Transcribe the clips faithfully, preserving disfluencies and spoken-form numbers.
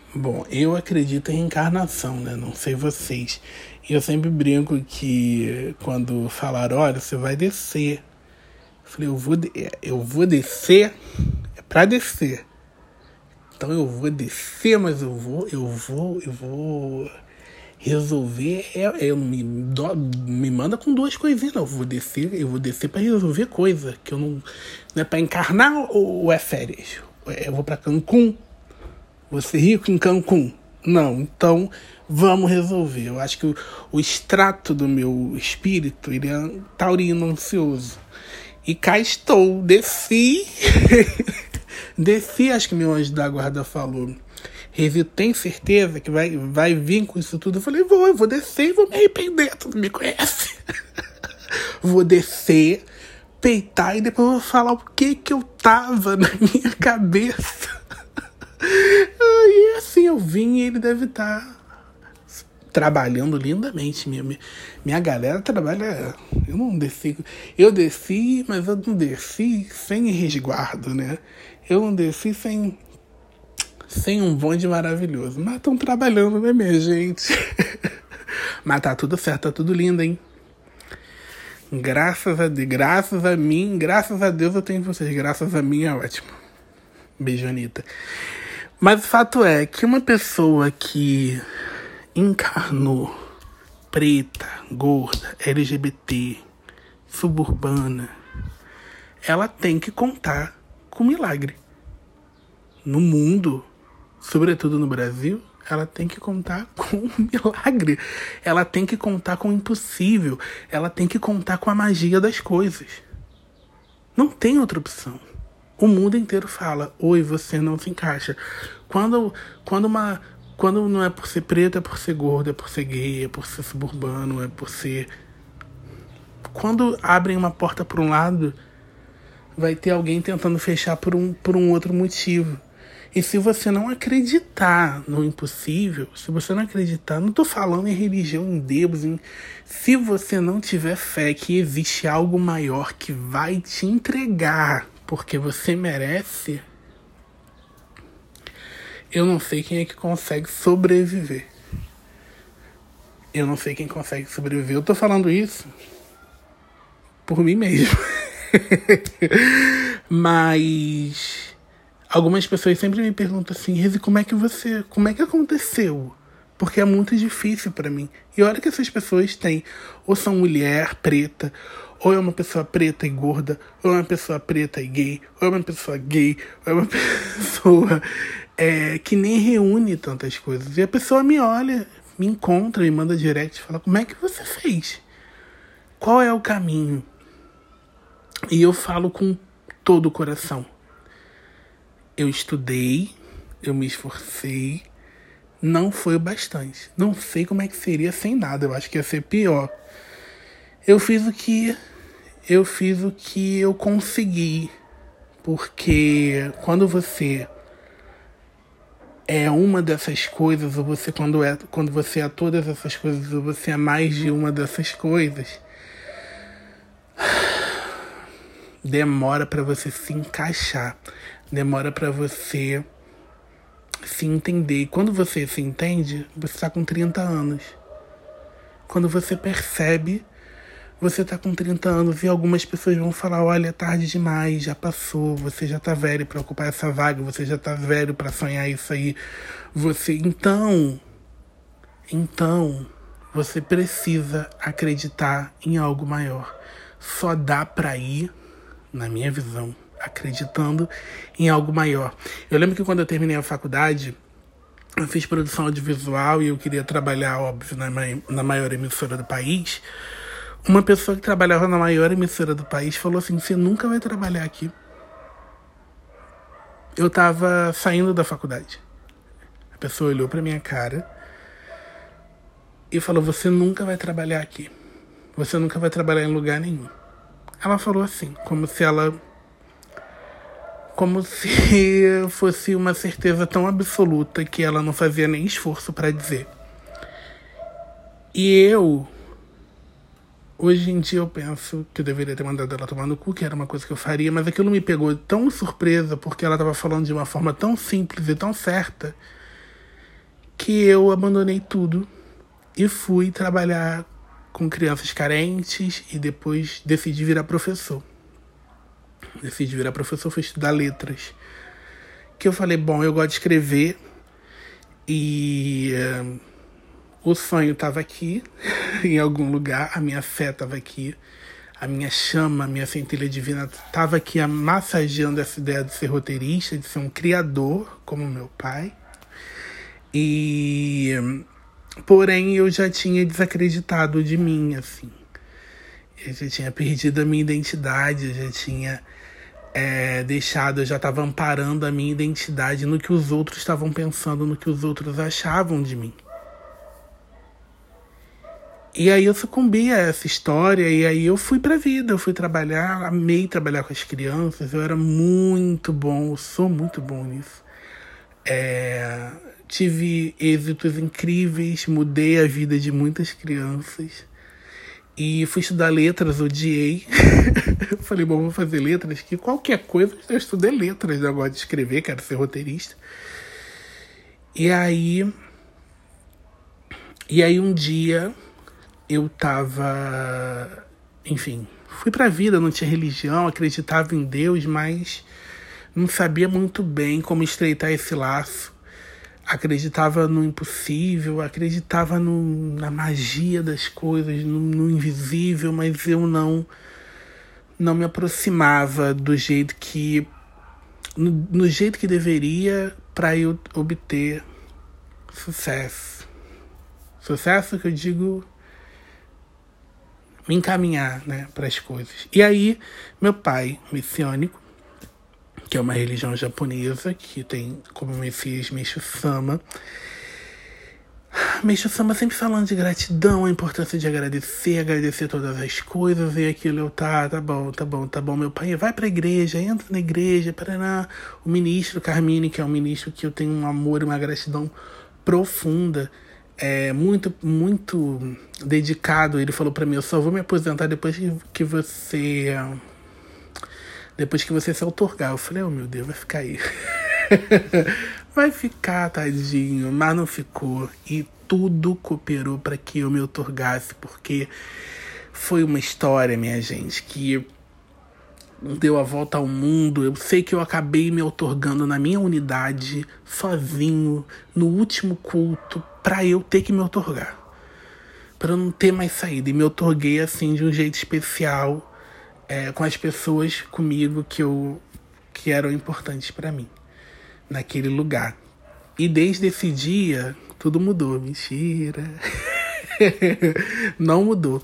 Bom, eu acredito em reencarnação, né? Não sei vocês. E eu sempre brinco que quando falaram, olha, você vai descer. Eu falei, eu vou, de- eu vou descer, é pra descer. Então eu vou descer, mas eu vou, eu vou, eu vou resolver. É, eu não me, do- me manda com duas coisinhas, não. Eu vou descer, eu vou descer pra resolver coisa. Que eu não. Não é pra encarnar ou, ou é férias? Eu vou pra Cancún. Vou ser rico em Cancún. Não, então vamos resolver. Eu acho que o, o extrato do meu espírito, ele é taurino, ansioso. E cá estou, desci. Desci, acho que meu anjo da guarda falou. Revio, tem certeza que vai, vai vir com isso tudo? Eu falei, vou, eu vou descer e vou me arrepender, tu não me conhece. Vou descer, peitar e depois eu vou falar o que que eu tava na minha cabeça. E assim eu vim e ele deve estar trabalhando lindamente. Minha, minha, minha galera trabalha. Eu não desci. Eu desci, mas eu não desci sem resguardo, né? Eu não desci sem, sem um bonde maravilhoso. Mas estão trabalhando, né, minha gente? Mas tá tudo certo, tá tudo lindo, hein? Graças a Deus, graças a mim, graças a Deus eu tenho vocês. Graças a mim é ótimo. Beijo, Anitta. Mas o fato é que uma pessoa que encarnou preta, gorda, L G B T, suburbana, ela tem que contar com milagre. No mundo, sobretudo no Brasil, ela tem que contar com um milagre. Ela tem que contar com o impossível. Ela tem que contar com a magia das coisas. Não tem outra opção. O mundo inteiro fala, oi, você não se encaixa. Quando, quando, uma, quando não é por ser preto, é por ser gordo, é por ser gay, é por ser suburbano, é por ser... Quando abrem uma porta por um lado, vai ter alguém tentando fechar por um, por um outro motivo. E se você não acreditar no impossível, se você não acreditar, não tô falando em religião, em Deus, em... se você não tiver fé que existe algo maior que vai te entregar porque você merece, eu não sei quem é que consegue sobreviver. Eu não sei quem consegue sobreviver. Eu tô falando isso por mim mesmo. Mas algumas pessoas sempre me perguntam assim, Rezi, como é que você, como é que aconteceu? Porque é muito difícil pra mim. E olha que essas pessoas têm, ou são mulher preta, ou é uma pessoa preta e gorda, ou é uma pessoa preta e gay, ou é uma pessoa gay, ou é uma pessoa é, que nem reúne tantas coisas. E a pessoa me olha, me encontra, me manda direct e fala, como é que você fez? Qual é o caminho? E eu falo com todo o coração. Eu estudei, eu me esforcei, não foi o bastante. Não sei como é que seria sem nada, eu acho que ia ser pior. Eu fiz o que eu fiz o que eu consegui, porque quando você é uma dessas coisas, ou você quando é quando você é todas essas coisas, ou você é mais de uma dessas coisas, demora para você se encaixar, demora para você se entender. E quando você se entende, você está com trinta anos. Quando você percebe, você tá com trinta anos e algumas pessoas vão falar, olha, é tarde demais, já passou, você já tá velho pra ocupar essa vaga, você já tá velho pra sonhar isso aí. Você, então, então, você precisa acreditar em algo maior. Só dá pra ir, na minha visão, acreditando em algo maior. Eu lembro que quando eu terminei a faculdade, eu fiz produção audiovisual e eu queria trabalhar, óbvio, na, na maior emissora do país. Uma pessoa que trabalhava na maior emissora do país falou assim, você nunca vai trabalhar aqui. Eu tava saindo da faculdade. A pessoa olhou pra minha cara e falou, você nunca vai trabalhar aqui. Você nunca vai trabalhar em lugar nenhum. Ela falou assim, como se ela... Como se fosse uma certeza tão absoluta que ela não fazia nem esforço pra dizer. E eu... Hoje em dia eu penso que eu deveria ter mandado ela tomar no cu, que era uma coisa que eu faria, mas aquilo me pegou tão surpresa, porque ela estava falando de uma forma tão simples e tão certa, que eu abandonei tudo e fui trabalhar com crianças carentes e depois decidi virar professor. Decidi virar professor, fui estudar letras. Que eu falei, bom, eu gosto de escrever e uh, o sonho estava aqui, em algum lugar, a minha fé estava aqui, a minha chama, a minha centelha divina estava aqui massageando essa ideia de ser roteirista, de ser um criador, como meu pai. E, porém, eu já tinha desacreditado de mim, assim. Eu já tinha perdido a minha identidade, eu já tinha é, deixado, eu já estava amparando a minha identidade no que os outros estavam pensando, no que os outros achavam de mim. E aí eu sucumbi a essa história, e aí eu fui pra vida, eu fui trabalhar, amei trabalhar com as crianças, eu era muito bom, eu sou muito bom nisso. É, tive êxitos incríveis, mudei a vida de muitas crianças. E fui estudar letras, odiei. Falei, bom, vou fazer letras, que qualquer coisa eu estudei letras, eu gosto de escrever, quero ser roteirista. E aí, e aí um dia eu tava, enfim, fui pra vida, não tinha religião, acreditava em Deus, mas não sabia muito bem como estreitar esse laço. Acreditava no impossível, acreditava no, na magia das coisas, no, no invisível, mas eu não, não me aproximava do jeito que, no, no jeito que deveria para eu obter sucesso. Sucesso que eu digo, me encaminhar, né, para as coisas. E aí, meu pai, messiânico, que é uma religião japonesa, que tem como messias Meishu Sama. Meishu Sama sempre falando de gratidão, a importância de agradecer, agradecer todas as coisas, e aquilo eu, tá, tá bom, tá bom, tá bom, meu pai, vai pra igreja, entra na igreja, paraná. O ministro Carmine, que é um ministro que eu tenho um amor e uma gratidão profunda, é muito, muito dedicado, ele falou pra mim, eu só vou me aposentar depois que, que você... Depois que você se outorgar. Eu falei, oh meu Deus, vai ficar aí. Vai ficar, tadinho. Mas não ficou. E tudo cooperou para que eu me outorgasse. Porque foi uma história, minha gente, que deu a volta ao mundo. Eu sei que eu acabei me outorgando na minha unidade, sozinho, no último culto, para eu ter que me outorgar. Para eu não ter mais saída. E me outorguei assim, de um jeito especial. É, com as pessoas comigo que, eu, que eram importantes para mim, naquele lugar. E desde esse dia, tudo mudou. Mentira. Não mudou.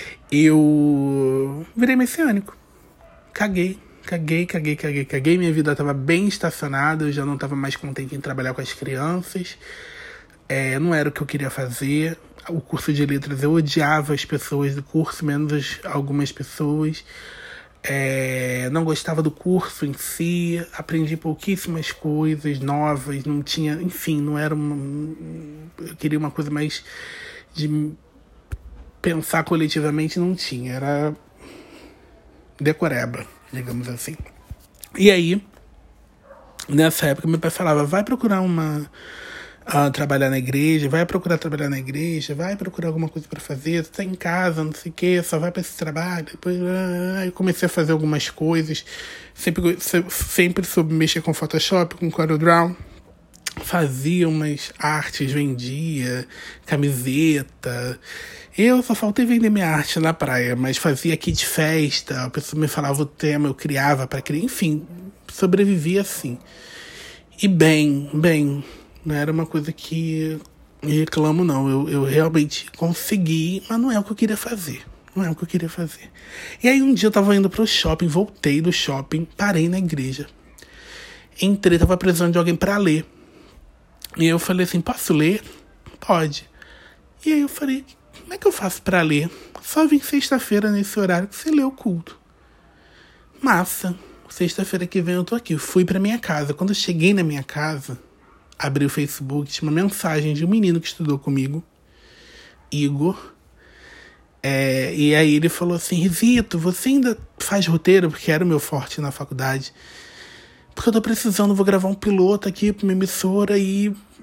Eu virei messiânico. Caguei, caguei, caguei, caguei, caguei. Minha vida estava bem estacionada, eu já não estava mais contente em trabalhar com as crianças. É, não era o que eu queria fazer. O curso de letras, eu odiava as pessoas do curso, menos as, algumas pessoas. É, não gostava do curso em si, aprendi pouquíssimas coisas novas, não tinha, enfim, não era uma, eu queria uma coisa mais de pensar coletivamente, não tinha, era decoreba, digamos assim. E aí, nessa época, meu pai falava, vai procurar uma... Uh, trabalhar na igreja, vai procurar trabalhar na igreja, vai procurar alguma coisa para fazer, você tá em casa, não sei o que, só vai para esse trabalho. Depois uh, eu comecei a fazer algumas coisas, sempre, sempre soube mexer com Photoshop, com CorelDRAW, fazia umas artes, vendia camiseta. Eu só faltei vender minha arte na praia, mas fazia kit festa, a pessoa me falava o tema, eu criava para criar, enfim, sobrevivia assim. E bem, bem... Não era uma coisa que me reclamo, não. Eu, eu realmente consegui, mas não é o que eu queria fazer. Não é o que eu queria fazer. E aí um dia eu tava indo pro shopping, voltei do shopping, parei na igreja. Entrei, tava precisando de alguém pra ler. E eu falei assim, posso ler? Pode. E aí eu falei, como é que eu faço pra ler? Só vim sexta-feira nesse horário que você lê o culto. Massa. Sexta-feira que vem eu tô aqui. Fui pra minha casa. Quando eu cheguei na minha casa... Abri o Facebook, tinha uma mensagem de um menino que estudou comigo, Igor. É, e aí ele falou assim, Rizito, você ainda faz roteiro? Porque era o meu forte na faculdade. Porque eu tô precisando, vou gravar um piloto aqui pra uma emissora e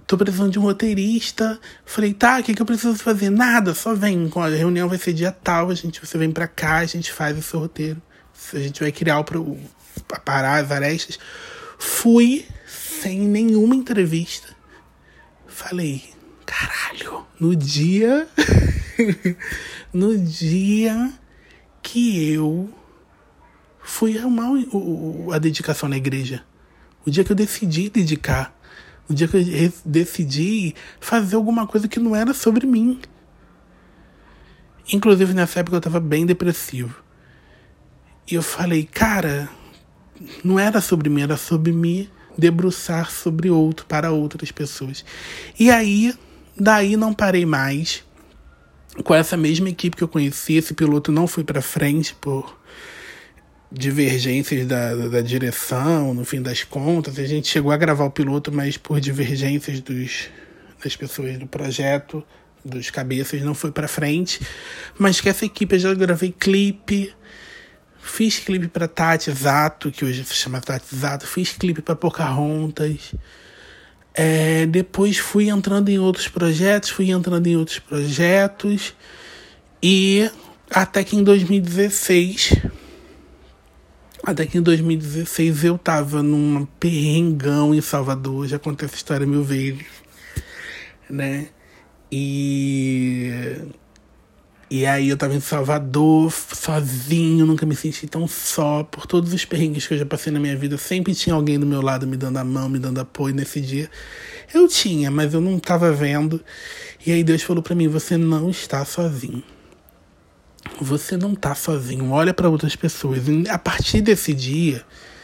tô precisando de um roteirista. Falei, tá, o que, que eu preciso fazer? Nada, só vem. A reunião vai ser dia tal, a gente, você vem pra cá, a gente faz o seu roteiro. A gente vai criar o pra parar as arestas. Fui sem nenhuma entrevista. Falei, caralho, no dia... no dia que eu fui arrumar o, o, a dedicação na igreja. O dia que eu decidi dedicar. O dia que eu decidi fazer alguma coisa que não era sobre mim. Inclusive, nessa época eu tava bem depressivo. E eu falei, cara, não era sobre mim, era sobre me debruçar sobre outro, para outras pessoas. E aí, daí não parei mais. Com essa mesma equipe que eu conheci, esse piloto não foi pra frente por divergências da, da, da direção, no fim das contas. A gente chegou a gravar o piloto, mas por divergências dos, das pessoas do projeto, dos cabeças, não foi pra frente. Mas que essa equipe eu já gravei clipe, fiz clipe pra Tati Zato, que hoje se chama Tati Zato, fiz clipe pra Pocahontas. É, depois fui entrando em outros projetos, fui entrando em outros projetos, e até que em dois mil e dezesseis... Até que em dois mil e dezesseis eu tava num perrengão em Salvador, já contei essa história mil vezes, né? E... E aí eu tava em Salvador, sozinho, nunca me senti tão só. Por todos os perrengues que eu já passei na minha vida, sempre tinha alguém do meu lado me dando a mão, me dando apoio. Nesse dia eu tinha, mas eu não tava vendo. E aí Deus falou pra mim, você não está sozinho. Você não tá sozinho, olha para outras pessoas. E a partir desse dia,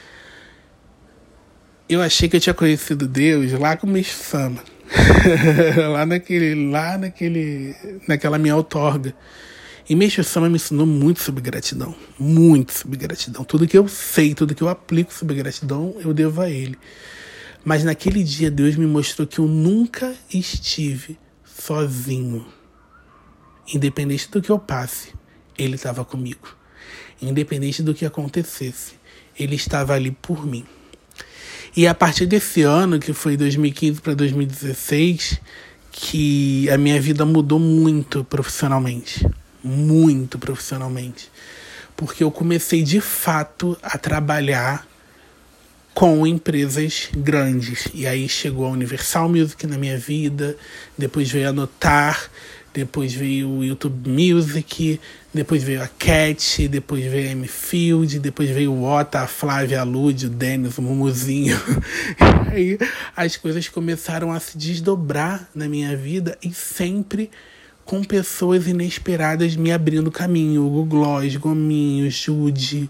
eu achei que eu tinha conhecido Deus lá com o Meixo Sama. lá naquele, lá naquele, naquela minha outorga. E Meixo Sama me ensinou muito sobre gratidão. Muito sobre gratidão. Tudo que eu sei, tudo que eu aplico sobre gratidão, eu devo a ele. Mas naquele dia, Deus me mostrou que eu nunca estive sozinho. Independente do que eu passe, Ele estava comigo. Independente do que acontecesse, Ele estava ali por mim. E a partir desse ano, que foi dois mil e quinze para dois mil e dezesseis, que a minha vida mudou muito profissionalmente. Muito profissionalmente. Porque eu comecei de fato a trabalhar com empresas grandes. E aí chegou a Universal Music na minha vida, depois veio a Notar, depois veio o YouTube Music, depois veio a Cat, depois veio a M-Field, depois veio o Ota, a Flávia, a Lud, o Denis, o Mumuzinho. E aí as coisas começaram a se desdobrar na minha vida e sempre com pessoas inesperadas me abrindo caminho. O Gloss, Gominho, Jude.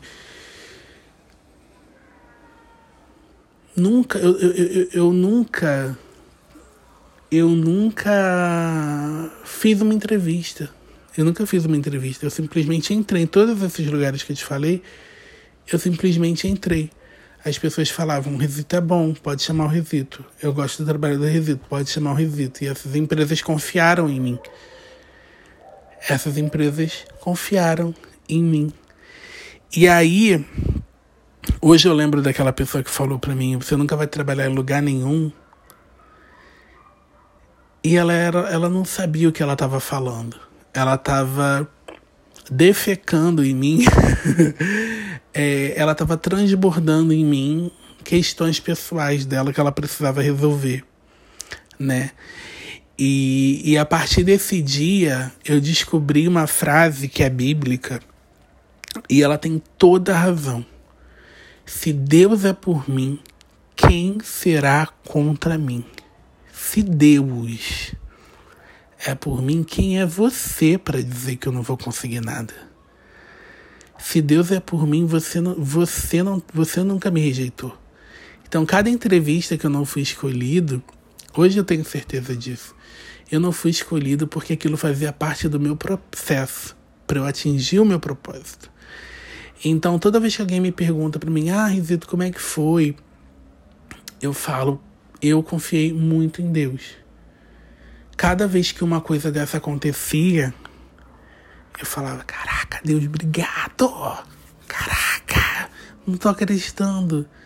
Nunca, eu, eu, eu, eu nunca... Eu nunca fiz uma entrevista. Eu nunca fiz uma entrevista. Eu simplesmente entrei em todos esses lugares que eu te falei. Eu simplesmente entrei. As pessoas falavam, o Resito é bom, pode chamar o Resito. Eu gosto do trabalho do Resito, pode chamar o Resito. E essas empresas confiaram em mim. Essas empresas confiaram em mim. E aí, hoje eu lembro daquela pessoa que falou pra mim, você nunca vai trabalhar em lugar nenhum. E ela, era, ela não sabia o que ela estava falando. Ela estava defecando em mim. é, ela estava transbordando em mim questões pessoais dela que ela precisava resolver, né? E, e a partir desse dia, eu descobri uma frase que é bíblica. E ela tem toda a razão. Se Deus é por mim, quem será contra mim? Se Deus é por mim, quem é você para dizer que eu não vou conseguir nada? Se Deus é por mim, você, não, você, não, você nunca me rejeitou. Então, cada entrevista que eu não fui escolhido, hoje eu tenho certeza disso, eu não fui escolhido porque aquilo fazia parte do meu processo, para eu atingir o meu propósito. Então, toda vez que alguém me pergunta para mim, ah, Resito, como é que foi? Eu falo, eu confiei muito em Deus. Cada vez que uma coisa dessa acontecia, eu falava, caraca, Deus, obrigado. Caraca, não tô acreditando.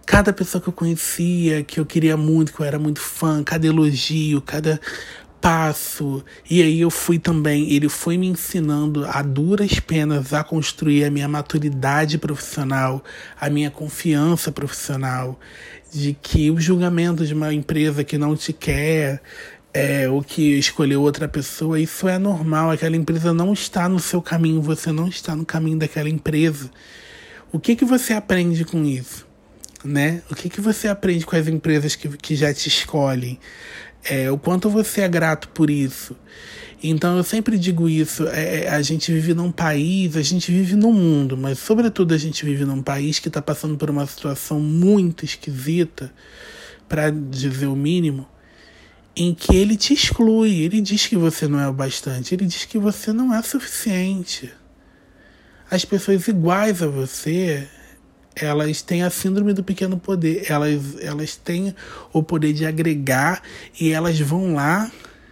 cada pessoa que eu conhecia, que eu queria muito, que eu era muito fã, cada elogio, cada passo. E aí eu fui também, ele foi me ensinando a duras penas a construir a minha maturidade profissional, a minha confiança profissional, de que o julgamento de uma empresa que não te quer, é, ou que escolheu outra pessoa, isso é normal. Aquela empresa não está no seu caminho, você não está no caminho daquela empresa. O que que você aprende com isso? Né? O que que você aprende com as empresas que, que já te escolhem? É, o quanto você é grato por isso. Então eu sempre digo isso, é, a gente vive num país, a gente vive num mundo, mas sobretudo a gente vive num país que está passando por uma situação muito esquisita, para dizer o mínimo, em que ele te exclui, ele diz que você não é o bastante, ele diz que você não é suficiente. As pessoas iguais a você, elas têm a síndrome do pequeno poder, elas, elas têm o poder de agregar e elas vão lá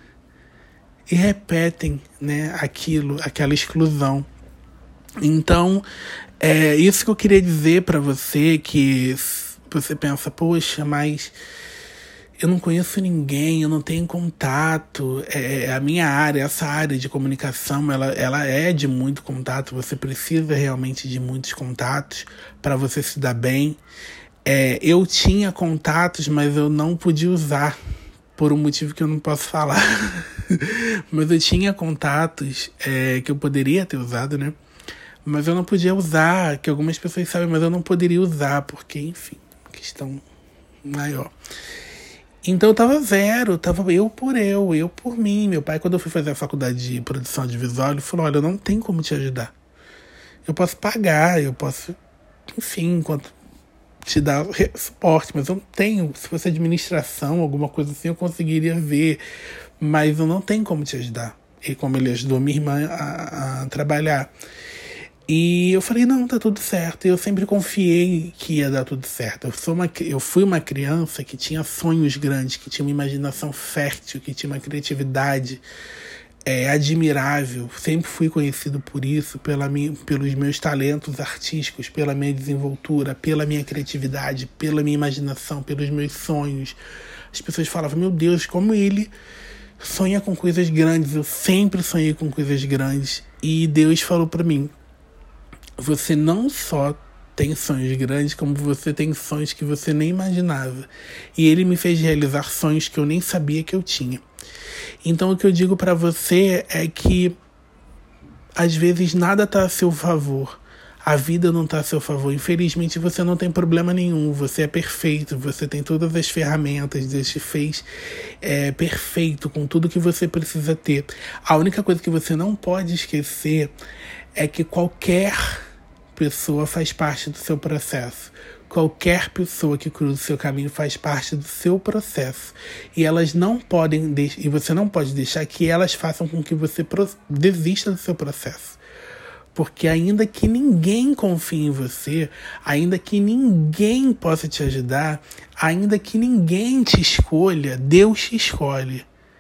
e repetem, né, aquilo, aquela exclusão. Então, é isso que eu queria dizer para você, que você pensa, poxa, mas eu não conheço ninguém, eu não tenho contato. É, a minha área, essa área de comunicação, ela, ela é de muito contato. Você precisa realmente de muitos contatos para você se dar bem. É, eu tinha contatos, mas eu não podia usar, por um motivo que eu não posso falar. Mas eu tinha contatos é, que eu poderia ter usado, né? Mas eu não podia usar, que algumas pessoas sabem, mas eu não poderia usar, porque, enfim, questão maior. Então eu tava zero, tava eu por eu, eu por mim. Meu pai, quando eu fui fazer a faculdade de produção audiovisual, ele falou, olha, eu não tenho como te ajudar. Eu posso pagar, eu posso, enfim, enquanto te dar suporte, mas eu não tenho. Se fosse administração, alguma coisa assim, eu conseguiria ver, mas eu não tenho como te ajudar. E como ele ajudou minha irmã a, a trabalhar. E eu falei, não, tá tudo certo. E eu sempre confiei que ia dar tudo certo. Eu, sou uma, eu fui uma criança que tinha sonhos grandes, que tinha uma imaginação fértil, que tinha uma criatividade é, admirável. Sempre fui conhecido por isso, pela minha, pelos meus talentos artísticos, pela minha desenvoltura, pela minha criatividade, pela minha imaginação, pelos meus sonhos. As pessoas falavam, meu Deus, como ele sonha com coisas grandes. Eu sempre sonhei com coisas grandes. E Deus falou pra mim, você não só tem sonhos grandes, como você tem sonhos que você nem imaginava. E ele me fez realizar sonhos que eu nem sabia que eu tinha. Então o que eu digo pra você é que às vezes nada tá a seu favor. A vida não tá a seu favor. Infelizmente você não tem problema nenhum. Você é perfeito. Você tem todas as ferramentas. Deus te fez é, perfeito com tudo que você precisa ter. A única coisa que você não pode esquecer é que qualquer pessoa faz parte do seu processo. Qualquer pessoa que cruza o seu caminho faz parte do seu processo. E elas não podem, e você não pode deixar que elas façam com que você desista do seu processo. Porque ainda que ninguém confie em você, ainda que ninguém possa te ajudar, ainda que ninguém te escolha, Deus te escolhe.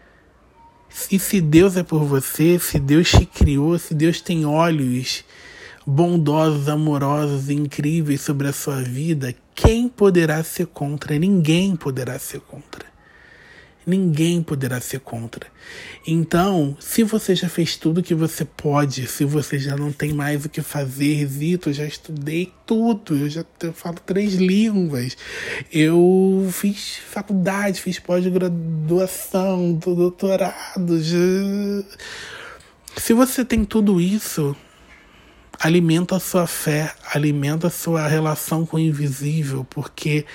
E se Deus é por você, se Deus te criou, se Deus tem olhos bondosos, amorosos e incríveis sobre a sua vida, quem poderá ser contra? Ninguém poderá ser contra. Ninguém poderá ser contra. Então, se você já fez tudo que você pode, se você já não tem mais o que fazer, Zito, eu já estudei tudo, eu já eu falo três línguas, eu fiz faculdade, fiz pós-graduação, doutorado, já... Se você tem tudo isso, alimenta a sua fé, alimenta a sua relação com o invisível, porque,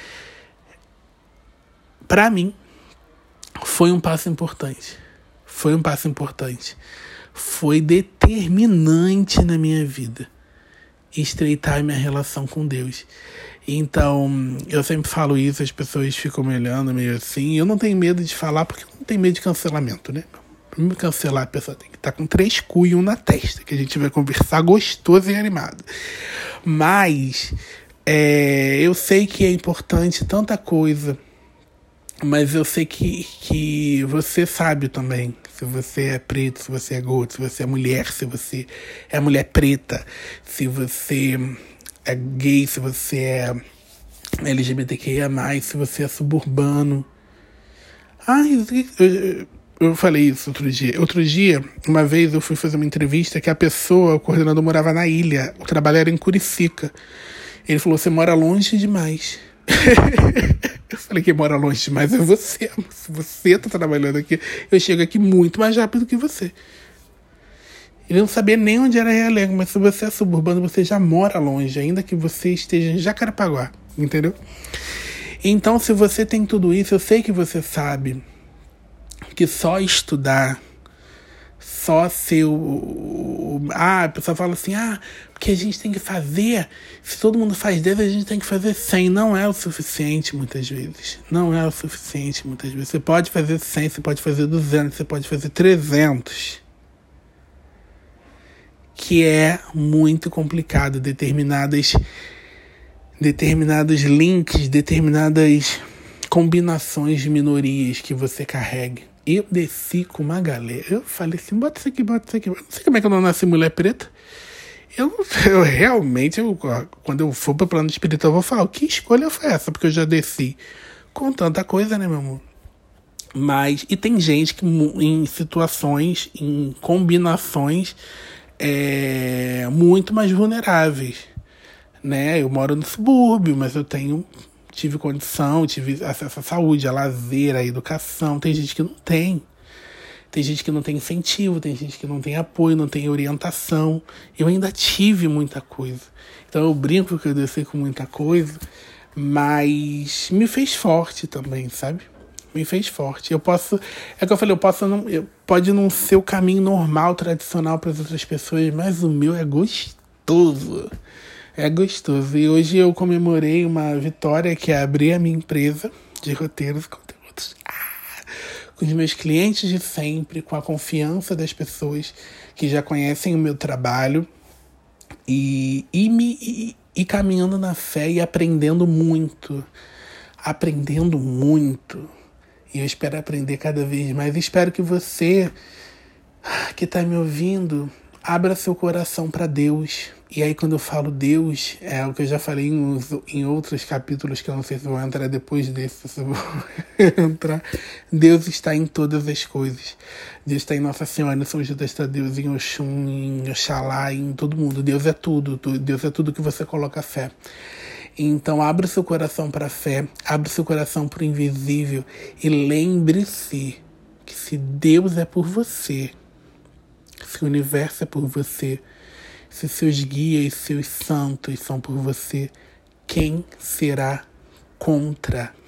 para mim, foi um passo importante. Foi um passo importante. Foi determinante na minha vida estreitar minha relação com Deus. Então, eu sempre falo isso, as pessoas ficam me olhando meio assim. Eu não tenho medo de falar, porque eu não tenho medo de cancelamento, né? Pra me cancelar, a pessoa tem que estar com três cu e um na testa, que a gente vai conversar gostoso e animado. Mas, é, eu sei que é importante tanta coisa, mas eu sei que, que você sabe também, se você é preto, se você é gordo, se você é mulher, se você é mulher preta, se você é gay, se você é L G B T Q I A mais, se você é suburbano. Ai, eu, eu falei isso outro dia. Outro dia, uma vez eu fui fazer uma entrevista que a pessoa, o coordenador, morava na ilha. O trabalho era em Curicica. Ele falou, você mora longe demais. Eu falei, quem mora longe demais é você. Se você tá trabalhando aqui, eu chego aqui muito mais rápido que você. Ele não sabia nem onde era Realengo, mas se você é suburbano, você já mora longe, ainda que você esteja em Jacarepaguá, entendeu? Então, se você tem tudo isso, eu sei que você sabe que só estudar, só ser o... Ah, a pessoa fala assim, ah, porque a gente tem que fazer, se todo mundo faz dez, a gente tem que fazer cem. Não é o suficiente, muitas vezes. Não é o suficiente, muitas vezes. Você pode fazer cem, você pode fazer duzentos, você pode fazer trezentos. Que é muito complicado. Determinadas, determinados links, determinadas combinações de minorias que você carregue. Eu desci com uma galera. Eu falei assim, bota isso aqui, bota isso aqui. Não sei como é que eu não nasci mulher preta. Eu, eu realmente, eu, quando eu for para o plano espiritual, eu vou falar, que escolha foi essa? Porque eu já desci com tanta coisa, né, meu amor? Mas, e tem gente que em situações, em combinações, é, muito mais vulneráveis, né? Eu moro no subúrbio, mas eu tenho, tive condição, tive acesso à saúde, à lazer, à educação. Tem gente que não tem. Tem gente que não tem incentivo, tem gente que não tem apoio, não tem orientação. Eu ainda tive muita coisa. Então eu brinco que eu desci com muita coisa, mas me fez forte também, sabe? Me fez forte. Eu posso... É que eu falei, eu posso não... Eu, pode não ser o caminho normal, tradicional para as outras pessoas, mas o meu é gostoso. É gostoso. E hoje eu comemorei uma vitória, que é abrir a minha empresa de roteiros e conteúdos. Ah, com os meus clientes de sempre, com a confiança das pessoas que já conhecem o meu trabalho e, e, me, e, e caminhando na fé e aprendendo muito. Aprendendo muito. E eu espero aprender cada vez mais. Espero que você que está me ouvindo abra seu coração para Deus. E aí, quando eu falo Deus, é o que eu já falei em, em outros capítulos, que eu não sei se vou entrar depois desse, se eu vou entrar. Deus está em todas as coisas. Deus está em Nossa Senhora, em São Judas Tadeu, em Oxum, em Oxalá, em todo mundo. Deus é tudo. Deus é tudo que você coloca fé. Então, abra o seu coração para a fé, abra o seu coração para o invisível e lembre-se que se Deus é por você, se o universo é por você, se seus guias, seus santos são por você, quem será contra?